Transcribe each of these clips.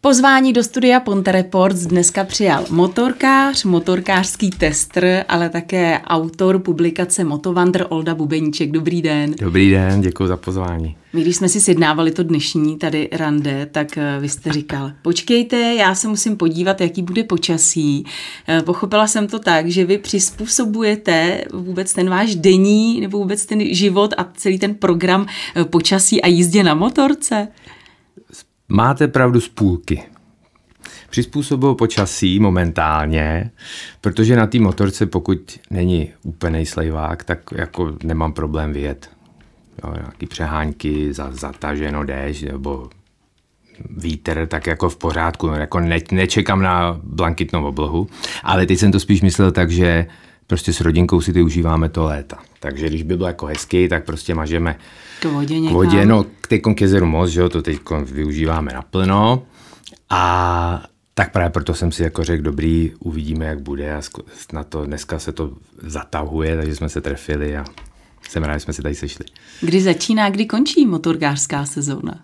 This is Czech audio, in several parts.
Pozvání do studia Ponte Reports dneska přijal motorkář, motorkářský testr, ale také autor publikace Motovandr Olda Bubeníček. Dobrý den. Dobrý den, děkuji za pozvání. My, když jsme si sjednávali to dnešní tady rande, tak vy jste říkal, počkejte, já se musím podívat, jaký bude počasí. Pochopila jsem to tak, že vy přizpůsobujete vůbec ten váš denní nebo vůbec ten život a celý ten program počasí a jízdě na motorce. Máte pravdu z půlky. Přizpůsobuju počasí momentálně, protože na té motorce, pokud není úplnej slejvák, tak jako nemám problém vyjet. Jo, nějaký přehánky, zataženo déšť nebo vítr, tak jako v pořádku. Jako nečekám na blankitnou oblohu, ale teď jsem to spíš myslel tak, že prostě s rodinkou si ty užíváme to léta. Takže když by bylo jako hezky, tak prostě mažeme k vodě, no teďkon k jezeru Most, že jo, to teďkon využíváme naplno. A tak právě proto jsem si jako řekl, dobrý, uvidíme, jak bude a na to dneska se to zatahuje, takže jsme se trefili a jsem rád, že jsme se tady sešli. Kdy začíná, kdy končí motorkářská sezóna?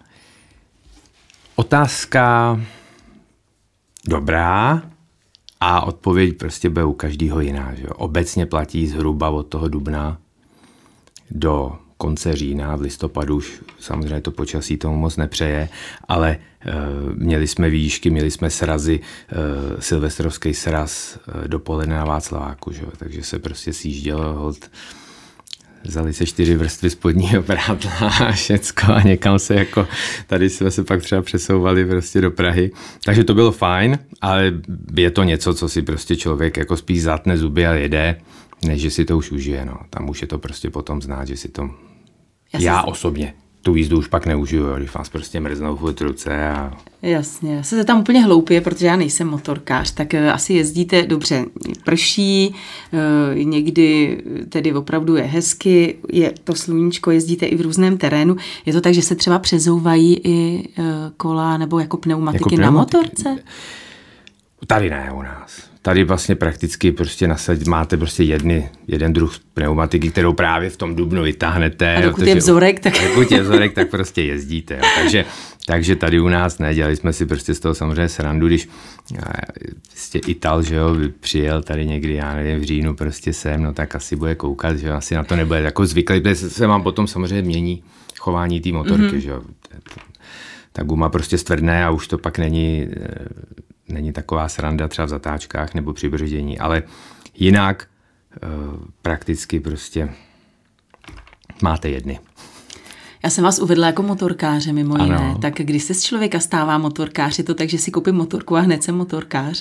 Otázka dobrá a odpověď prostě bude u každého jiná. Že? Obecně platí zhruba od toho dubna do konce října, v listopadu už samozřejmě to počasí tomu moc nepřeje, ale měli jsme výšky, měli jsme srazy, silvestrovský sraz dopoledne na Václaváku, že? Takže se prostě sjíždělo hold. Vzali se 4 vrstvy spodního prádla a všecko a někam se jako, tady jsme se pak třeba přesouvali prostě do Prahy. Takže to bylo fajn, ale je to něco, co si prostě člověk jako spíš zatne zuby a jede, než že si to už užije. No. Tam už je to prostě potom znát, že si to... Já osobně tu jízdu už pak neužiju, když vás prostě mrznou furt ruce a... Jasně, já se tam úplně hloupě, protože já nejsem motorkář, tak asi jezdíte dobře. Prší, někdy tedy opravdu je hezky, je to sluníčko, jezdíte i v různém terénu. Je to tak, že se třeba přezouvají i kola nebo jako pneumatiky na motorce? Tady ne u nás. Tady vlastně prakticky prostě máte prostě jeden druh pneumatiky, kterou právě v tom dubnu vytáhnete. A dokud je vzorek, tak... Dokud je vzorek, tak prostě jezdíte. Jo. Takže tady u nás dělali jsme si prostě z toho samozřejmě srandu, když prostě Ital, že jo, přijel tady někdy, já nevím, v říjnu prostě sem, no tak asi bude koukat, že asi na to nebude jako zvyklý, protože se vám potom samozřejmě mění chování té motorky, že jo. Ta guma prostě stvrdne a už to pak není taková sranda třeba v zatáčkách nebo při brždění, ale jinak prakticky prostě máte jedny. Já jsem vás uvedla jako motorkáře mimo jiné, ano. Tak když se z člověka stává motorkář, je to tak, že si koupím motorku a hned jsem motorkář?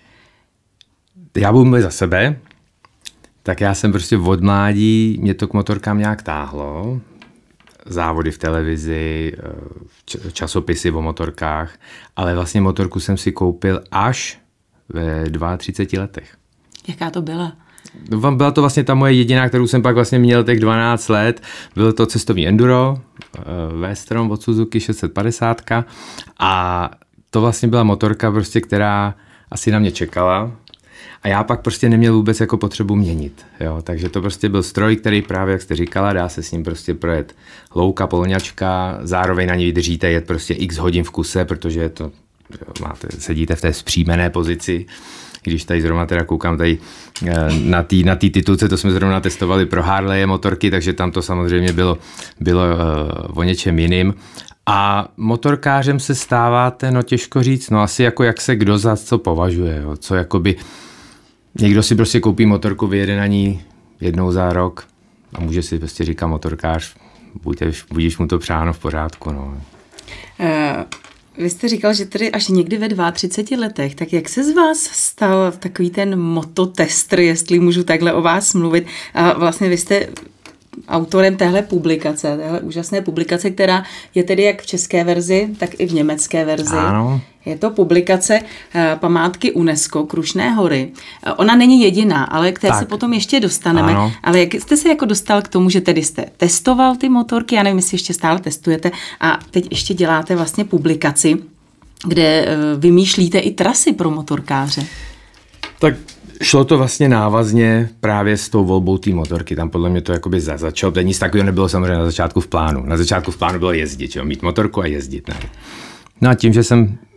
Já budu mluvit za sebe, tak já jsem prostě od mládí, mě to k motorkám nějak táhlo, závody v televizi, časopisy o motorkách, ale vlastně motorku jsem si koupil až ve 32 letech. Jaká to byla? Byla to vlastně ta moje jediná, kterou jsem pak vlastně měl těch 12 let. Bylo to cestovní enduro, V-Strom od Suzuki 650 a to vlastně byla motorka, prostě, která asi na mě čekala. A já pak prostě neměl vůbec jako potřebu měnit. Jo? Takže to prostě byl stroj, který právě, jak jste říkala, dá se s ním prostě projet louka, polňačka, zároveň na ní vydržíte jet prostě x hodin v kuse, protože to, sedíte v té zpříjmené pozici. Když tady zrovna teda koukám tady na té titulce, to jsme zrovna testovali pro Harley motorky, takže tam to samozřejmě bylo o něčem jiným. A motorkářem se stáváte, no těžko říct, no asi jako jak se kdo za co považuje, jo? Co jakoby někdo si prostě koupí motorku, vyjede na ní jednou za rok a může si prostě říkat motorkář, budíš mu to přáno v pořádku. No. Vy jste říkal, že tedy až někdy ve 32 letech, tak jak se z vás stal takový ten mototestr, jestli můžu takhle o vás mluvit? A vlastně vy jste autorem téhle úžasné publikace, která je tedy jak v české verzi, tak i v německé verzi. Ano. Je to publikace památky UNESCO Krušné hory. Ona není jediná, ale k té se potom ještě dostaneme. Ano. Ale jak jste se jako dostal k tomu, že tedy jste testoval ty motorky, já nevím, jestli ještě stále testujete a teď ještě děláte vlastně publikaci, kde vymýšlíte i trasy pro motorkáře. Tak šlo to vlastně návazně právě s tou volbou té motorky. Tam podle mě to jakoby začalo. Nic takového nebylo samozřejmě na začátku v plánu. Na začátku v plánu bylo jezdit, jo? Mít motorku a jezdit. Ne? No a tím, že jsem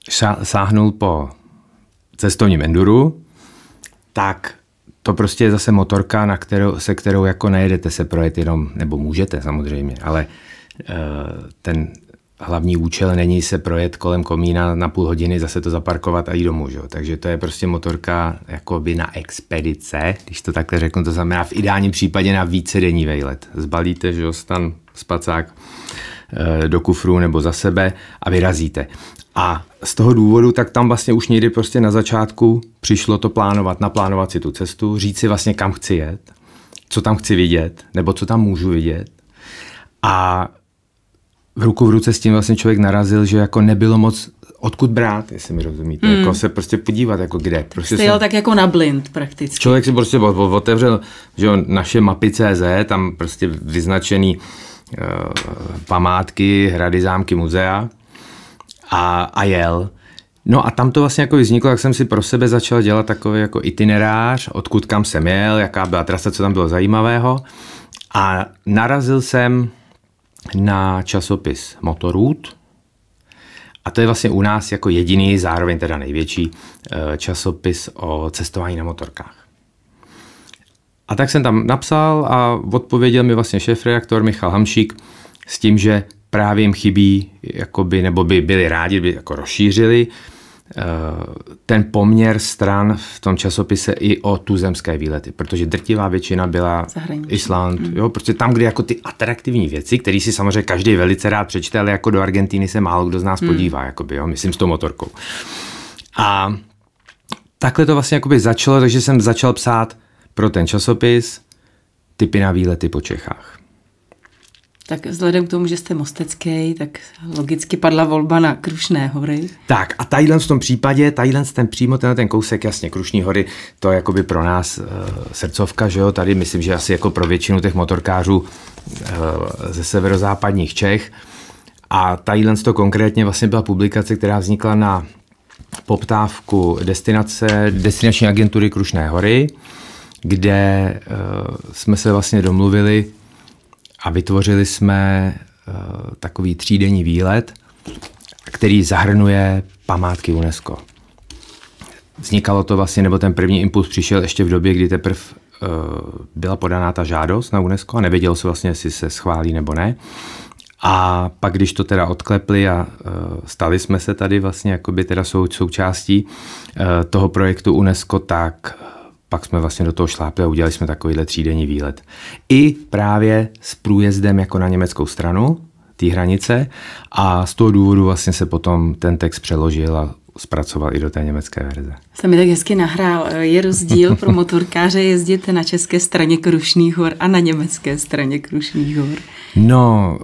sáhnul po cestovním enduru, tak to prostě je zase motorka, se kterou jako nejedete se projet jenom, nebo můžete samozřejmě, ale ten hlavní účel není se projet kolem komína na půl hodiny, zase to zaparkovat a jít domů. Že? Takže to je prostě motorka jakoby na expedice, když to takhle řeknu, to znamená v ideálním případě na vícedenní vejlet. Zbalíte, že stan, spacák do kufru nebo za sebe a vyrazíte. A z toho důvodu, tak tam vlastně už někdy prostě na začátku přišlo to naplánovat si tu cestu, říct si vlastně kam chci jet, co tam chci vidět, nebo co tam můžu vidět. A v ruku v ruce s tím vlastně člověk narazil, že jako nebylo moc odkud brát, jestli mi rozumíte, jako se prostě podívat, jako kde. Prostě jste jel tak jako na blind prakticky. Člověk si prostě otevřel, že naše mapy.cz, tam prostě vyznačený památky, hrady, zámky, muzea a jel. No a tam to vlastně jako vzniklo, jak jsem si pro sebe začal dělat takový jako itinerář, odkud kam jsem jel, jaká byla trasa, co tam bylo zajímavého. A narazil jsem na časopis Motoroute. A to je vlastně u nás jako jediný, zároveň teda největší časopis o cestování na motorkách. A tak jsem tam napsal a odpověděl mi vlastně šéfredaktor Michal Hamšík s tím, že právě jim chybí, jakoby, nebo by byli rádi, by jako rozšířili ten poměr stran v tom časopise i o tuzemské výlety, protože drtivá většina byla zahraničí. Island, jo, prostě tam, kde jako ty atraktivní věci, které si samozřejmě každý velice rád přečte, ale jako do Argentiny se málo kdo z nás podívá, jakoby, jo, myslím s tou motorkou. A takhle to vlastně jakoby začalo, takže jsem začal psát pro ten časopis tipy na výlety po Čechách. Tak vzhledem k tomu, že jste mostecký, tak logicky padla volba na Krušné hory. Tak a tadyhle v tom případě, přímo ten kousek, jasně, Krušní hory, to je jakoby pro nás srdcovka, že jo, tady myslím, že asi jako pro většinu těch motorkářů ze severozápadních Čech. A tadyhle to konkrétně vlastně byla publikace, která vznikla na poptávku destinační agentury Krušné hory, kde jsme se vlastně domluvili a vytvořili jsme takový 3denní výlet, který zahrnuje památky UNESCO. Vznikalo to vlastně, nebo ten první impuls přišel ještě v době, kdy teprve byla podaná ta žádost na UNESCO a nevědělo se vlastně, jestli se schválí nebo ne. A pak, když to teda odklepli a stali jsme se tady vlastně jakoby teda součástí toho projektu UNESCO, tak pak jsme vlastně do toho šlápli a udělali jsme takovýhle 3denní výlet. I právě s průjezdem jako na německou stranu té hranice a z toho důvodu vlastně se potom ten text přeložil a zpracoval i do té německé verze. Jste mi tak hezky nahrál. Je rozdíl pro motorkáře jezdit na české straně Krušných hor a na německé straně Krušných hor? No...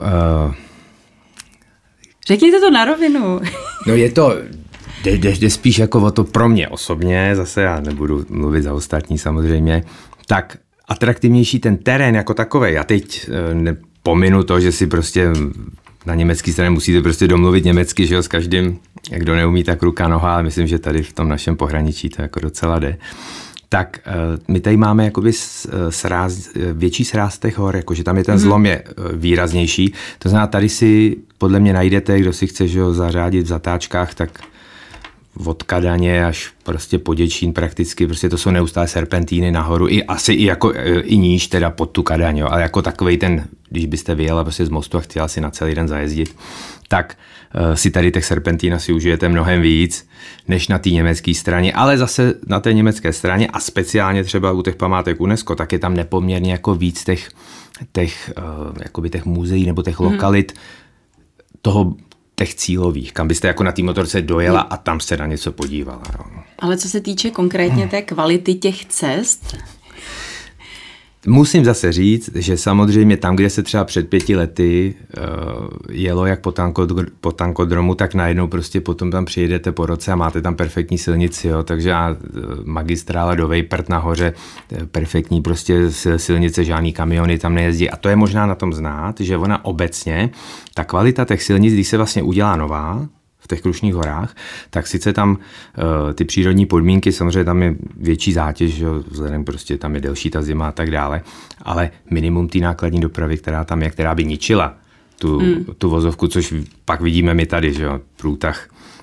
Řekněte to na rovinu. No je to... Jde spíš jako o to pro mě osobně, zase já nebudu mluvit za ostatní samozřejmě, tak atraktivnější ten terén jako takovej. Já teď nepominu to, že si prostě na německé straně musíte prostě domluvit německy, že jo, s každým, kdo neumí, tak ruka, noha, ale myslím, že tady v tom našem pohraničí to jako docela jde. Tak my tady máme jakoby větší sráz těch hor, jakože tam je ten zlom je výraznější. To znamená, tady si podle mě najdete, kdo si chce, že ho zařádit v zatáčkách, tak od Kadaně až prostě po Děčín prakticky, prostě to jsou neustále serpentíny nahoru, i níž teda pod tu Kadaň, jo, ale jako takovej ten, když byste vyjela prostě z mostu a chtěla si na celý den zajezdit, tak si tady těch serpentín asi užijete mnohem víc, než na té německé straně, ale zase na té německé straně a speciálně třeba u těch památek UNESCO, tak je tam nepoměrně jako víc těch muzeí nebo těch lokalit těch cílových, kam byste jako na té motorce dojela a tam se na něco podívala. Jo. Ale co se týče konkrétně té kvality těch cest? Musím zase říct, že samozřejmě tam, kde se třeba před 5 lety jelo jak po tankodromu, tak najednou prostě potom tam přijedete po roce a máte tam perfektní silnici, jo, takže magistrála do Vejprt nahoře, perfektní prostě silnice, žádný kamiony tam nejezdí a to je možná na tom znát, že ona obecně, ta kvalita těch silnic, když se vlastně udělá nová, v těch Krušných horách, tak sice tam ty přírodní podmínky, samozřejmě tam je větší zátěž, že vzhledem prostě tam je delší ta zima a tak dále, ale minimum té nákladní dopravy, která tam je, která by ničila tu vozovku, což pak vidíme my tady, že jo, průtah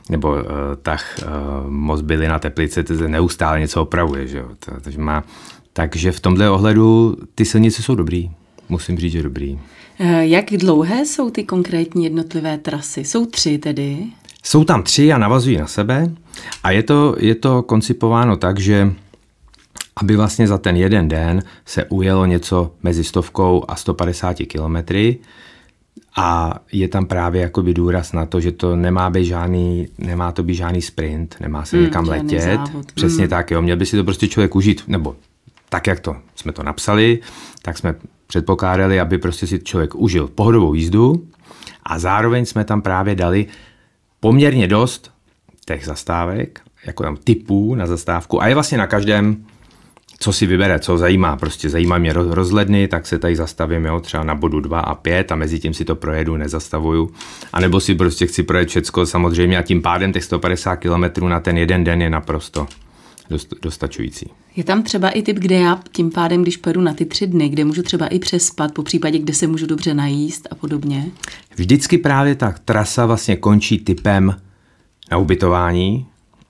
nebo tah Most Bylina Teplice, to neustále něco opravuje, že jo. Takže v tomhle ohledu ty silnice jsou dobrý, musím říct, že dobrý. Jak dlouhé jsou ty konkrétní jednotlivé trasy? Jsou 3 tedy? Jsou tam 3 a navazují na sebe a je to koncipováno tak, že aby vlastně za ten jeden den se ujelo něco mezi 100 a 150 kilometry a je tam právě jakoby důraz na to, že to nemá to být žádný sprint, nemá se někam letět. Závod. Přesně tak, jo, měl by si to prostě člověk užít, nebo tak, jak jsme to napsali, tak jsme předpokládali, aby prostě si člověk užil pohodovou jízdu a zároveň jsme tam právě dali poměrně dost těch zastávek, jako tam typů na zastávku a je vlastně na každém, co si vybere, co zajímá. Prostě zajímá mě rozhledny, tak se tady zastavím, jo, třeba na bodu 2 a 5 a mezi tím si to projedu, nezastavuju. A nebo si prostě chci projet všecko samozřejmě a tím pádem těch 150 kilometrů na ten jeden den je naprosto dostačující. Je tam třeba i typ, kde já tím pádem, když pojedu na ty 3 dny, kde můžu třeba i přespat, po případě, kde se můžu dobře najíst a podobně? Vždycky právě ta trasa vlastně končí typem na ubytování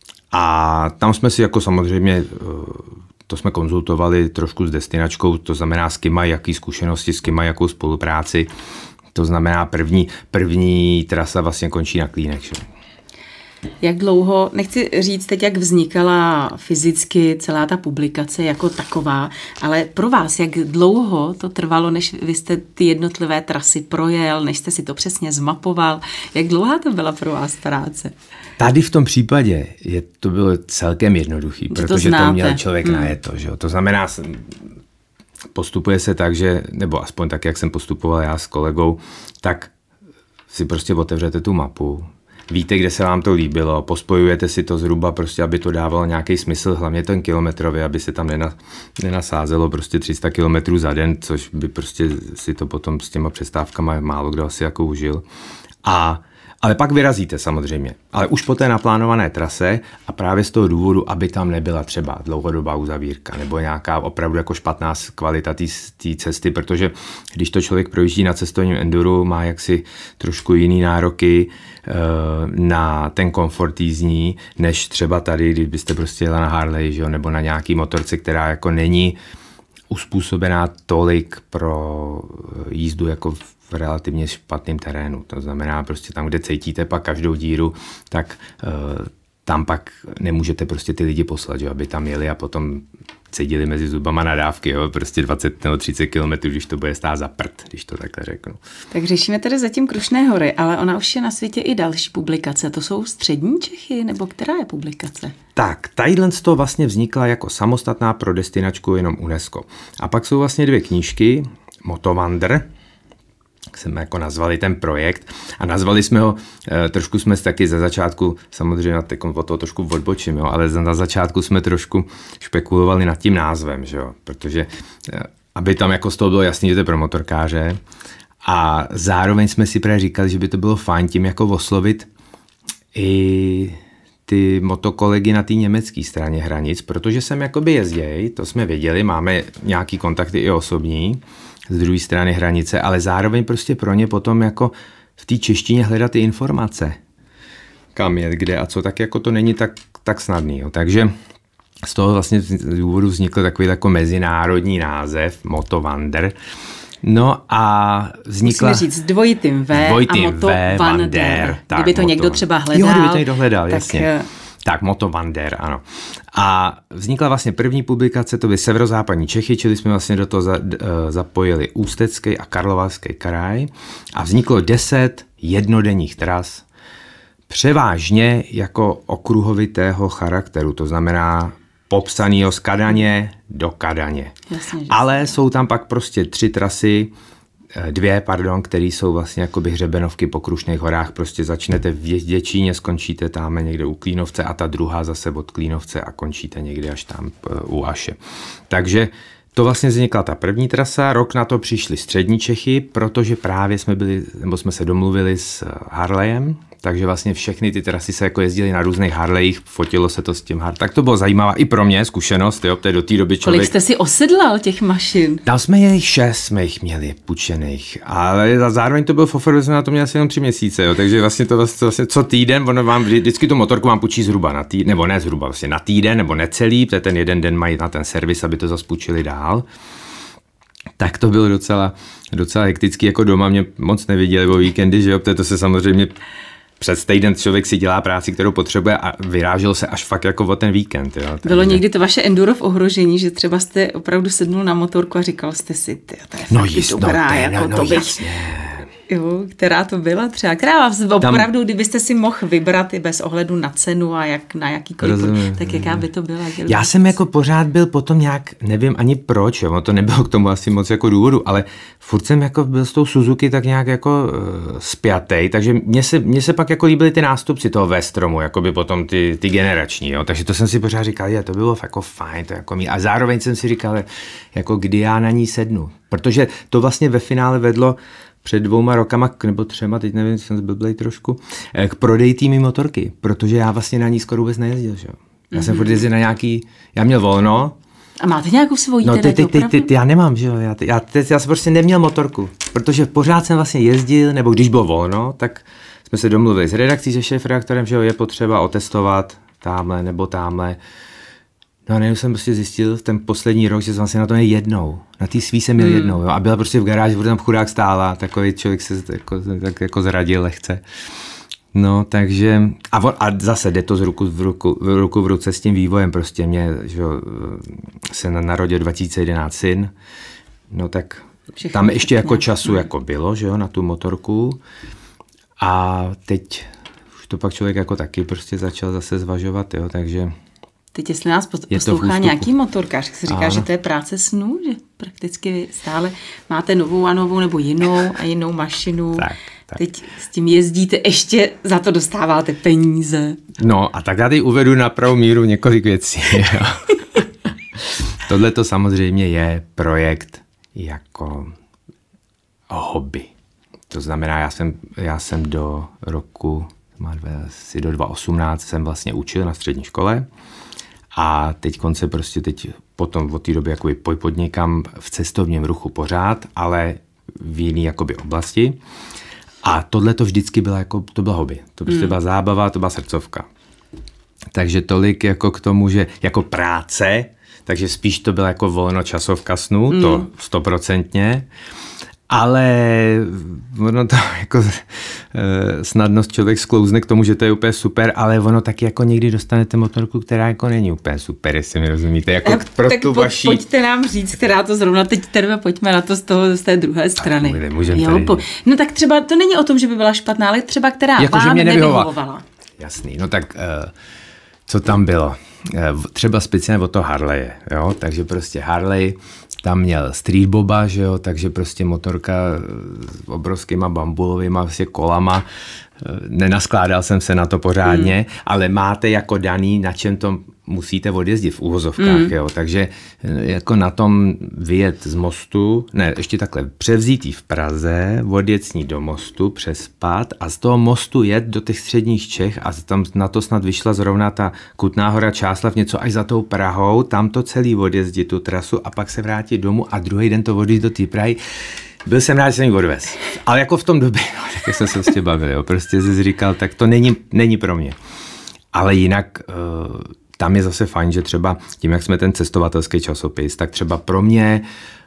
a tam jsme si jako samozřejmě, to jsme konzultovali trošku s destinačkou, to znamená s kým mají jaký zkušenosti, s kým mají jakou spolupráci, to znamená první trasa vlastně končí na Klínech. Že? Jak dlouho, nechci říct teď, jak vznikala fyzicky celá ta publikace jako taková, ale pro vás, jak dlouho to trvalo, než vy jste ty jednotlivé trasy projel, než jste si to přesně zmapoval, jak dlouhá to byla pro vás práce? Tady v tom případě to bylo celkem jednoduchý, protože to měl člověk najeto. Že? To znamená, postupuje se tak, že, nebo aspoň tak, jak jsem postupoval já s kolegou, tak si prostě otevřete tu mapu, víte, kde se vám to líbilo, pospojujete si to zhruba prostě, aby to dávalo nějaký smysl, hlavně ten kilometrový, aby se tam nenasázelo prostě 300 kilometrů za den, což by prostě si to potom s těma přestávkama málo kdo asi jako užil. Ale pak vyrazíte samozřejmě, ale už po té naplánované trase a právě z toho důvodu, aby tam nebyla třeba dlouhodobá uzavírka nebo nějaká opravdu jako špatná kvalita té cesty, protože když to člověk projíždí na cestovním enduru, má jaksi trošku jiný nároky na ten komfort jízdní, než třeba tady, když byste prostě jela na Harley, že jo, nebo na nějaký motorce, která jako není uspůsobená tolik pro jízdu jako v relativně špatným terénu. To znamená prostě tam, kde cítíte pak každou díru, tak tam pak nemůžete prostě ty lidi poslat, že, aby tam jeli a potom cedili mezi zubama nadávky, jo, prostě 20 nebo 30 kilometrů, když to bude stát za prd, když to takhle řeknu. Tak řešíme tedy zatím Krušné hory, ale ona už je na světě i další publikace. To jsou střední Čechy, nebo která je publikace? Tak, tadyhle to vlastně vznikla jako samostatná pro destinačku jenom UNESCO. A pak jsou vlastně 2 knížky, Motowander, jsme jako nazvali ten projekt a nazvali jsme ho, trošku jsme taky ze začátku, samozřejmě od toho trošku odbočím, jo, ale na začátku jsme trošku špekulovali nad tím názvem, že jo, protože aby tam jako z toho bylo jasný, že to je pro motorkáře a zároveň jsme si právě říkali, že by to bylo fajn tím jako oslovit i ty motokolegy na té německé straně hranic, protože sem jakoby jezdějí, to jsme věděli, máme nějaký kontakty i osobní, z druhé strany hranice, ale zároveň prostě pro ně potom jako v té češtině hledat ty informace. Kam jet, kde a co, tak jako to není tak snadný. Jo. Takže z toho vlastně z důvodu vznikl takový jako mezinárodní název Motowander. No a vznikla... Musíme říct dvojitým V a Motowander. Kdyby to někdo třeba hledal. Jo, kdyby to někdo hledal, jasně. Tak, Motowander, ano. A vznikla vlastně první publikace, to byly severozápadní Čechy, čili jsme vlastně do toho zapojili Ústecký a Karlovarský kraj a vzniklo 10 jednodenních tras, převážně jako okruhovitého charakteru, to znamená popsanýho z Kadaně do Kadaně. Jasně, ale jsou tam pak prostě 3 trasy, 2, které jsou vlastně jakoby hřebenovky po Krušných horách, prostě začnete v Děčíně, skončíte tam někde u Klínovce a ta druhá zase od Klínovce a končíte někde až tam u Aše. Takže to vlastně vznikla ta první trasa, rok na to přišli střední Čechy, protože právě jsme se domluvili s Harleyem, takže vlastně všechny ty trasy se jako jezdily na různých Harlejích, fotilo se to s tím tak to bylo zajímavá i pro mě zkušenost, jo, do té doby člověk... Kolik jste si osedlal těch mašin? Tam jsme jich 6, jsme jich měli půjčených, ale zároveň to byl fofor, jsme na to měli asi jenom 3 měsíce, jo, takže vlastně to vlastně co týden, ono vám vždycky tu motorku vám půjčí zhruba na týden, nebo ne zhruba, vlastně na týden, nebo necelý, protože ten jeden den mají na ten servis, aby to zase půjčili dál. Tak to bylo docela hektický, jako doma mě moc neviděli o víkendy, že jo, to se samozřejmě přes týden člověk si dělá práci, kterou potřebuje a vyrážel se až fakt jako o ten víkend. Jo. Bylo někdy to vaše enduro v ohrožení, že třeba jste opravdu sednul na motorku a říkal jste si, to je fakt dobrá, jako to bych... Jasně. Jo, která to byla třeba, která vás opravdu, kdybyste si mohl vybrat i bez ohledu na cenu a na jakýkoliv, tak jaká by to byla? Já jsem jako pořád byl potom nějak, nevím ani proč, jo, to nebylo k tomu asi moc jako důvodu, ale furt jsem jako byl s tou Suzuki tak nějak jako spjatej, takže mně se pak jako líbily ty nástupci toho V-stromu, jako by potom ty generační, jo, takže to jsem si pořád říkal, to bylo jako fajn, to jako a zároveň jsem si říkal, jako kdy já na ní sednu, protože to vlastně ve finále vedlo před 2 rokama, nebo 3, teď nevím, jsem zblblej trošku, k prodeji té motorky, protože já vlastně na ní skoro vůbec nejezdil, že jo. Já jsem furt jezdil na nějaký, já měl volno. A máte nějakou svojí teď já nemám, že jo, já jsem prostě neměl motorku, protože pořád jsem vlastně jezdil, nebo když bylo volno, tak jsme se domluvili s redakcí, se šéfredaktorem, že jo, je potřeba otestovat támhle nebo támhle. No a najednou jsem prostě zjistil v ten poslední rok, že jsem vlastně na to jednou. Na té svý jsem měl jednou, jo. A byla prostě v garáži, protože tam chudák stála, takový člověk se tak jako zradil lehce. No, takže... A zase jde to ruku v ruce s tím vývojem, prostě mě, že se narodil 2011 syn, no tak všechno tam ještě jako času jako bylo, že jo, na tu motorku. A teď už to pak člověk jako taky prostě začal zase zvažovat, jo, takže... Teď jestli nás poslouchá nějaký motorkář, si říká, že to je práce snů, že prakticky vy stále máte novou a novou nebo jinou mašinu. Tak. Teď s tím jezdíte, ještě za to dostáváte peníze. No a tak já teď uvedu na pravou míru několik věcí. Tohle to samozřejmě je projekt jako hobby. To znamená, já jsem do roku, asi do 2018 jsem vlastně učil na střední škole. A teď potom od té doby jakoby podnikám v cestovním ruchu pořád, ale v jiný jakoby oblasti. A tohle to vždycky byla to byla hobby. To prostě byla zábava, to byla srdcovka. Takže tolik jako k tomu, že jako práce, takže spíš to byla jako volnočasovka snu, to 100%. Ale ono to jako snadnost člověk sklouzne k tomu, že to je úplně super, ale ono taky jako někdy dostanete motorku, která jako není úplně super, jestli mi rozumíte. Jako pro tak tu vaší... pojďte nám říct, která to zrovna teď pojďme na to z té druhé strany. No tak třeba to není o tom, že by byla špatná, ale třeba která jako, vám nevyhovovala. Jasný, no tak co tam bylo? Třeba speciálně od toho Harleje, jo, takže prostě Harley tam měl street boba, že jo, takže prostě motorka s obrovskýma bambulovýma vlastně kolama, nenaskládal jsem se na to pořádně, ale máte jako daný, na čem to musíte odjezdit v úvozovkách, jo, takže jako na tom vyjet z mostu, ne, ještě takhle, převzít jí v Praze, odjet s ní do mostu, přespat a z toho mostu jet do těch středních Čech a tam na to snad vyšla zrovna ta Kutná Hora Čáslav, něco až za tou Prahou, tam to celý odjezdit tu trasu a pak se vrátit domů a druhý den to odjít do té Prahy. Byl jsem rád, že jsem ji odvez. Ale jako v tom době, no, tak jsem se prostě bavil, jo, prostě jsi říkal, tak to není pro mě. Ale jinak... Tam je zase fajn, že třeba tím, jak jsme ten cestovatelský časopis, tak třeba pro mě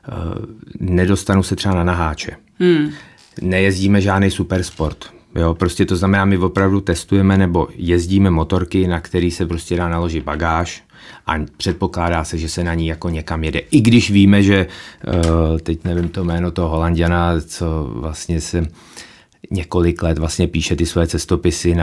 nedostanu se třeba na naháče. Nejezdíme žádný supersport. Jo, prostě to znamená, my opravdu testujeme nebo jezdíme motorky, na který se prostě dá naložit bagáž a předpokládá se, že se na ní jako někam jede. I když víme, že teď nevím to jméno toho Holanďana, co vlastně se několik let vlastně píše ty své cestopisy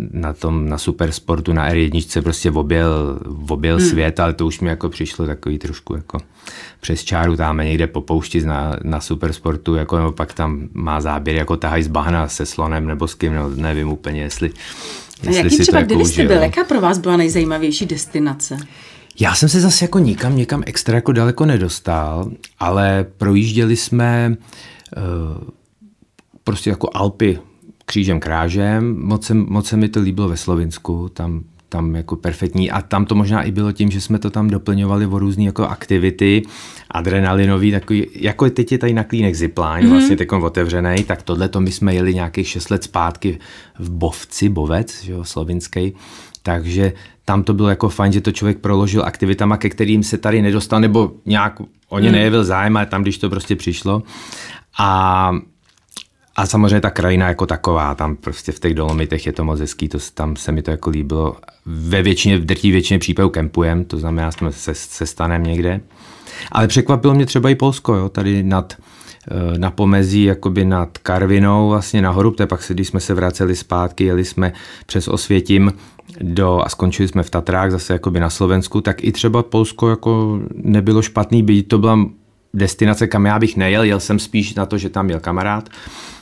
na Supersportu, na R1, prostě objel svět, ale to už mi jako přišlo takový trošku jako přes čáru, tam někde po poušti na Supersportu, jako nebo pak tam má záběr jako tahaj z bahna se slonem nebo s kým, no, nevím úplně, jestli jaký si třeba, kde jste byl, jaká pro vás byla nejzajímavější destinace? Já jsem se zase jako nikam extra jako daleko nedostal, ale projížděli jsme prostě jako Alpy, křížem krážem, moc se mi to líbilo ve Slovinsku, tam jako perfektní a tam to možná i bylo tím, že jsme to tam doplňovali o různý jako aktivity, adrenalinový, takový, jako teď je tady na Klínek zipline, vlastně takový otevřený, tak tohleto my jsme jeli nějakých 6 let zpátky v Bovec, že jo, slovinský, takže tam to bylo jako fajn, že to člověk proložil aktivitama, ke kterým se tady nedostal, nebo nějak o ně nejevil zájem, ale tam, když to prostě přišlo. A samozřejmě ta krajina jako taková, tam prostě v těch Dolomitech je to moc hezký, tam se mi to jako líbilo. V drtí většině případů kempujeme, to znamená, jsme se stanem někde. Ale překvapilo mě třeba i Polsko, jo, tady na pomezí, jakoby nad Karvinou vlastně nahoru, protože pak, když jsme se vraceli zpátky, jeli jsme přes Osvětim a skončili jsme v Tatrách, zase jakoby na Slovensku, tak i třeba Polsko jako nebylo špatný, byť to byla destinace, kam já bych nejel, jel jsem spíš na to, že tam byl kamarád,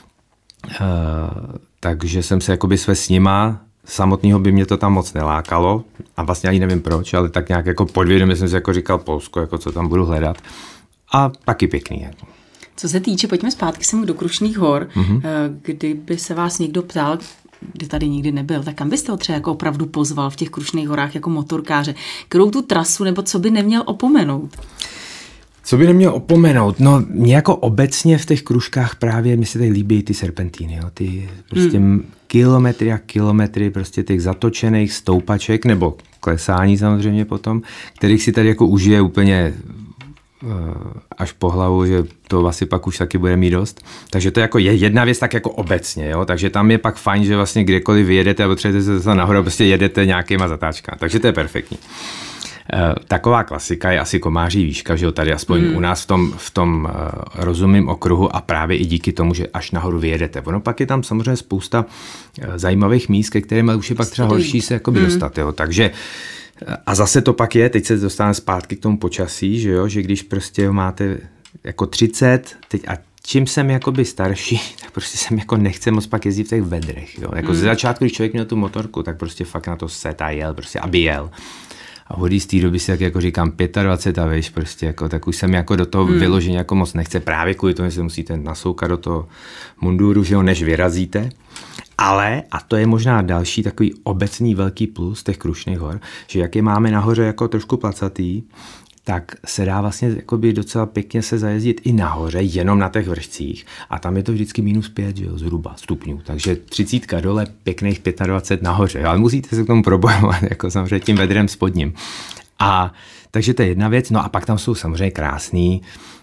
takže jsem se jakoby svést s nima, samotného by mě to tam moc nelákalo a vlastně ani nevím proč, ale tak nějak jako podvědomě jsem si jako říkal Polsko, jako co tam budu hledat a taky pěkný. Jako. Co se týče, pojďme zpátky sem do Krušných hor, kdyby se vás někdo ptal, kdy tady nikdy nebyl, tak kam byste ho třeba jako opravdu pozval v těch Krušných horách jako motorkáře, kterou tu trasu nebo co by neměl opomenout? Co by neměl opomenout? No, mě jako obecně v těch kružkách právě mi se tady líbí ty serpentíny, jo? Ty prostě kilometry a kilometry prostě těch zatočených stoupaček, nebo klesání samozřejmě potom, kterých si tady jako užije úplně až po hlavu, že to asi pak už taky bude mít dost. Takže to je jako jedna věc tak jako obecně, jo? Takže tam je pak fajn, že vlastně kdekoliv vyjedete a potřebujete se zase nahoru, prostě jedete nějakýma zatáčkami. Takže to je perfektní. Taková klasika je asi Komáří výška, že jo, tady aspoň u nás v tom rozumným okruhu a právě i díky tomu, že až nahoru vyjedete. Ono pak je tam samozřejmě spousta zajímavých míst, ke kterým už je pak třeba horší se jakoby dostat, jo, takže a zase to pak je, teď se dostáváme zpátky k tomu počasí, že jo, že když prostě máte jako 30, teď a čím jsem jakoby starší, tak prostě jsem jako nechce moc pak jezdit v těch vedrech, jo, jako ze začátku, když člověk měl tu motorku, tak prostě fakt na to set a jel, prostě aby jel. A hodí z té doby si tak jako říkám 25 a víš, prostě jako, tak už jsem jako do toho vyloženě jako moc nechce, právě kvůli tomu, že se musíte nasoukat do toho munduru, že jo, než vyrazíte. Ale, a to je možná další takový obecný velký plus těch Krušných hor, že jak je máme nahoře jako trošku placatý, tak se dá vlastně jakoby docela pěkně se zajezdit i nahoře, jenom na těch vršcích. A tam je to vždycky -5, že jo, zhruba stupňů. Takže 30 dole, pěkných 25 nahoře. Ale musíte se k tomu probojovat, jako samozřejmě tím vedrem spodním. A takže to je jedna věc. No a pak tam jsou samozřejmě krásný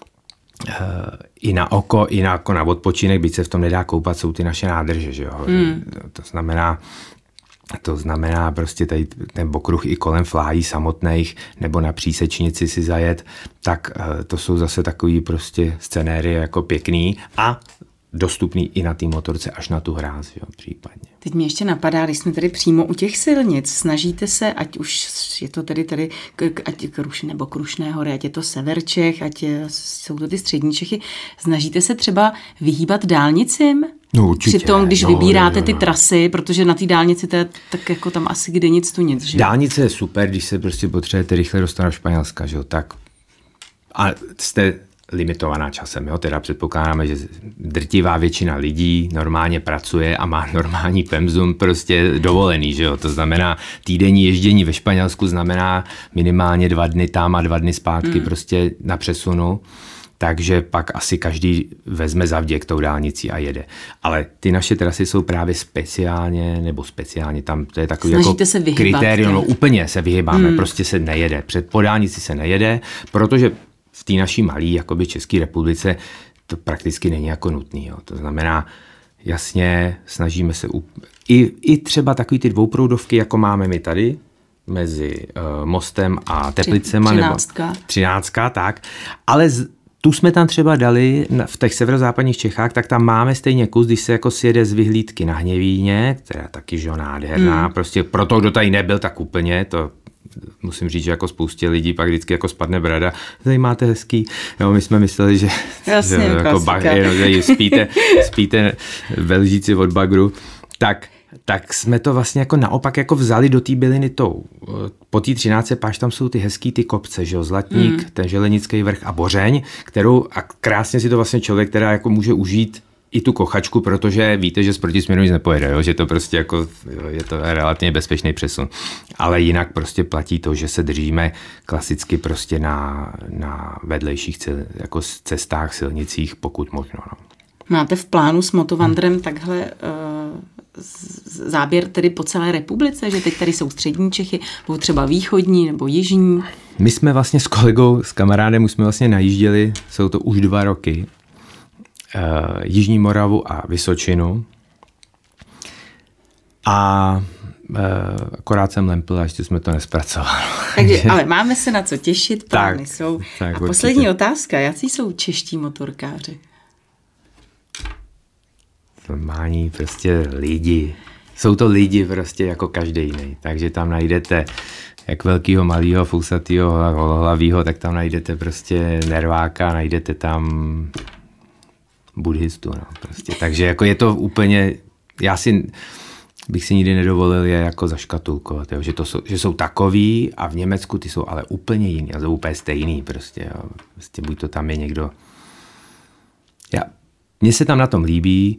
i na oko, i jako na odpočinek, byť se v tom nedá koupat, jsou ty naše nádrže, že jo. To znamená prostě tady ten okruh i kolem Flájí samotných nebo na Přísečnici si zajet, tak to jsou zase takový prostě scenérie jako pěkný a dostupný i na té motorce až na tu hráz, jo, případně. Teď mě ještě napadá, když jsme tady přímo u těch silnic, snažíte se, ať už je to tedy ať nebo Krušné hory, ať je to sever Čech, jsou to ty střední Čechy, snažíte se třeba vyhýbat dálnicím? No určitě. Přitom, když vybíráte ty trasy, protože na té dálnici to je tak jako tam asi kde nic tu nic, že? Dálnice je super, když se prostě potřebujete rychle dostat do Španělska, že jo, tak a jste limitovaná časem, jo, teda předpokládáme, že drtivá většina lidí normálně pracuje a má normální pemzum prostě dovolený, že jo, to znamená týdenní ježdění ve Španělsku znamená minimálně 2 dny tam a 2 dny zpátky prostě na přesunu. Takže pak asi každý vezme zavděk tou dálnicí a jede. Ale ty naše trasy jsou právě speciálně, tam to je takový snažíte jako se vyhybat, kritérium, no úplně se vyhybáme, prostě se nejede. Po dálnici se nejede, protože v té naší malé jakoby České republice to prakticky není jako nutný. Jo. To znamená, jasně snažíme se i třeba takový ty dvouproudovky, jako máme my tady, mezi Mostem a Teplicema, 13, tak, ale tu jsme tam třeba dali v těch severozápadních Čechách, tak tam máme stejně kus, když se jako sjede z vyhlídky na Hněvíně, která taky že nádherná, prostě pro to, kdo tady nebyl, tak úplně, to musím říct, že jako spoustě lidí pak vždycky jako spadne brada, tady máte hezký, jo, my jsme mysleli, že, jasně, že jako spíte ve lžíci od bagru, tak jsme to vlastně jako naopak jako vzali do té byliny tou. Po té 13. páč tam jsou ty hezký ty kopce, že jo, Zlatník, ten Želenický vrch a Bořeň, kterou a krásně si to vlastně člověk, která jako může užít i tu kochačku, protože víte, že z protisměru nic nepojede, jo? Že to prostě jako, jo, je to relativně bezpečný přesun. Ale jinak prostě platí to, že se držíme klasicky prostě na vedlejších jako cestách, silnicích, pokud možno. No. Máte v plánu s Motovandrem takhle záběr tedy po celé republice, že teď tady jsou střední Čechy, nebo třeba východní nebo jižní? My jsme vlastně s kolegou, s kamarádem, už jsme vlastně najížděli, jsou to už 2 roky, Jižní Moravu a Vysočinu. A akorát jsem lempl a ještě jsme to nespracovali. Takže, ale máme se na co těšit, plány jsou. Tak, a poslední otázka, jací jsou čeští motorkáři? Normální prostě lidi. Jsou to lidi prostě jako každý jiný. Takže tam najdete jak velkýho, malýho, fousatýho, hlavýho, tak tam najdete prostě nerváka, najdete tam buddhistu. No, prostě. Takže jako je to úplně, bych si nikdy nedovolil je jako zaškatulkovat, jo? Že jsou takový a v Německu ty jsou ale úplně jiný a jsou úplně stejný prostě. Jo? Prostě buď to tam je někdo. Mně se tam na tom líbí,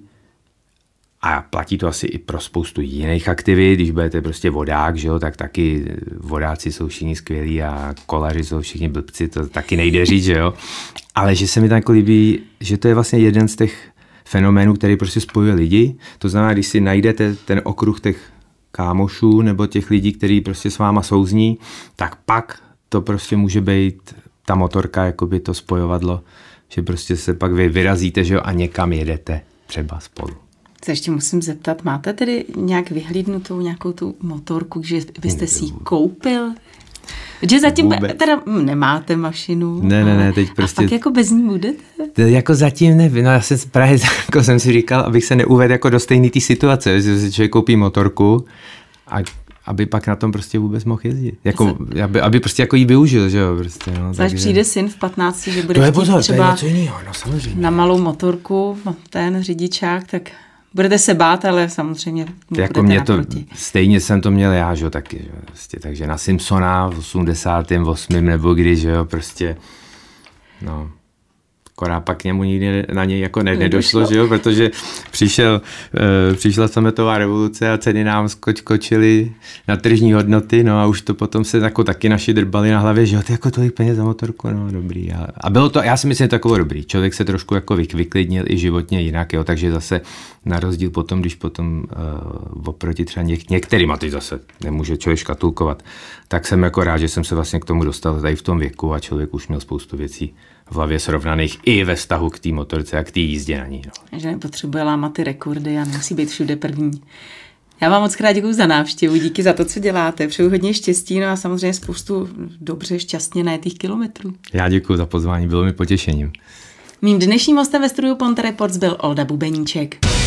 a platí to asi i pro spoustu jiných aktivit, když budete prostě vodák, že jo, tak taky vodáci jsou všichni skvělí a kolaři jsou všichni blbci, to taky nejde říct, že jo. Ale že se mi tak líbí, že to je vlastně jeden z těch fenoménů, který prostě spojuje lidi. To znamená, když si najdete ten okruh těch kámošů nebo těch lidí, kteří prostě s váma souzní, tak pak to prostě může být ta motorka, jako by to spojovadlo, že prostě se pak vy vyrazíte, že jo, a někam jedete třeba spolu. Se ještě musím zeptat, máte tedy nějak vyhlídnutou nějakou tu motorku, že byste si ji koupil? Že zatím teda nemáte mašinu. Ne, teď prostě. A pak jako bez ní budete? Jako zatím nevím, no já právě jako jsem si říkal, abych se neuvedl jako do stejné té situace, že si člověk koupí motorku a aby pak na tom prostě vůbec mohl jezdit. Jako, aby prostě jako jí využil, že jo, prostě. No, až přijde syn v 15, že bude chtít třeba to je něco jiného, no samozřejmě. Na malou motorku, ten řidičák, tak budete se bát, ale samozřejmě jako mě to, stejně jsem to měl já, že jo, taky, že jo, prostě, takže na Simpsona v 88. nebo kdy, že jo, prostě, no, akorát pak k němu nikdy na něj jako nedošlo, že jo, protože přišla sametová revoluce a ceny nám skočily na tržní hodnoty, no a už to potom se jako taky naši drbali na hlavě, že jo, ty jako tolik peněz za motorku, no dobrý. A bylo to, já si myslím, že to jako dobrý. Člověk se trošku jako vyklidnil i životně jinak, jo, takže zase na rozdíl potom, když potom oproti třeba některým, a teď zase nemůže člověk škatulkovat, tak jsem jako rád, že jsem se vlastně k tomu dostal tady v tom věku a člověk už měl spoustu věcí v hlavě srovnaných i ve vztahu k té motorce a k té jízdě na ní. No. Že nepotřebuje lámat ty rekordy a nemusí být všude první. Já vám moc krát děkuju za návštěvu, díky za to, co děláte. Přeju hodně štěstí, no a samozřejmě spoustu dobře, šťastně najetých kilometrů. Já děkuju za pozvání, bylo mi potěšením. Mým dnešním hostem ve studiu Ponte Reports byl Olda Bubeníček.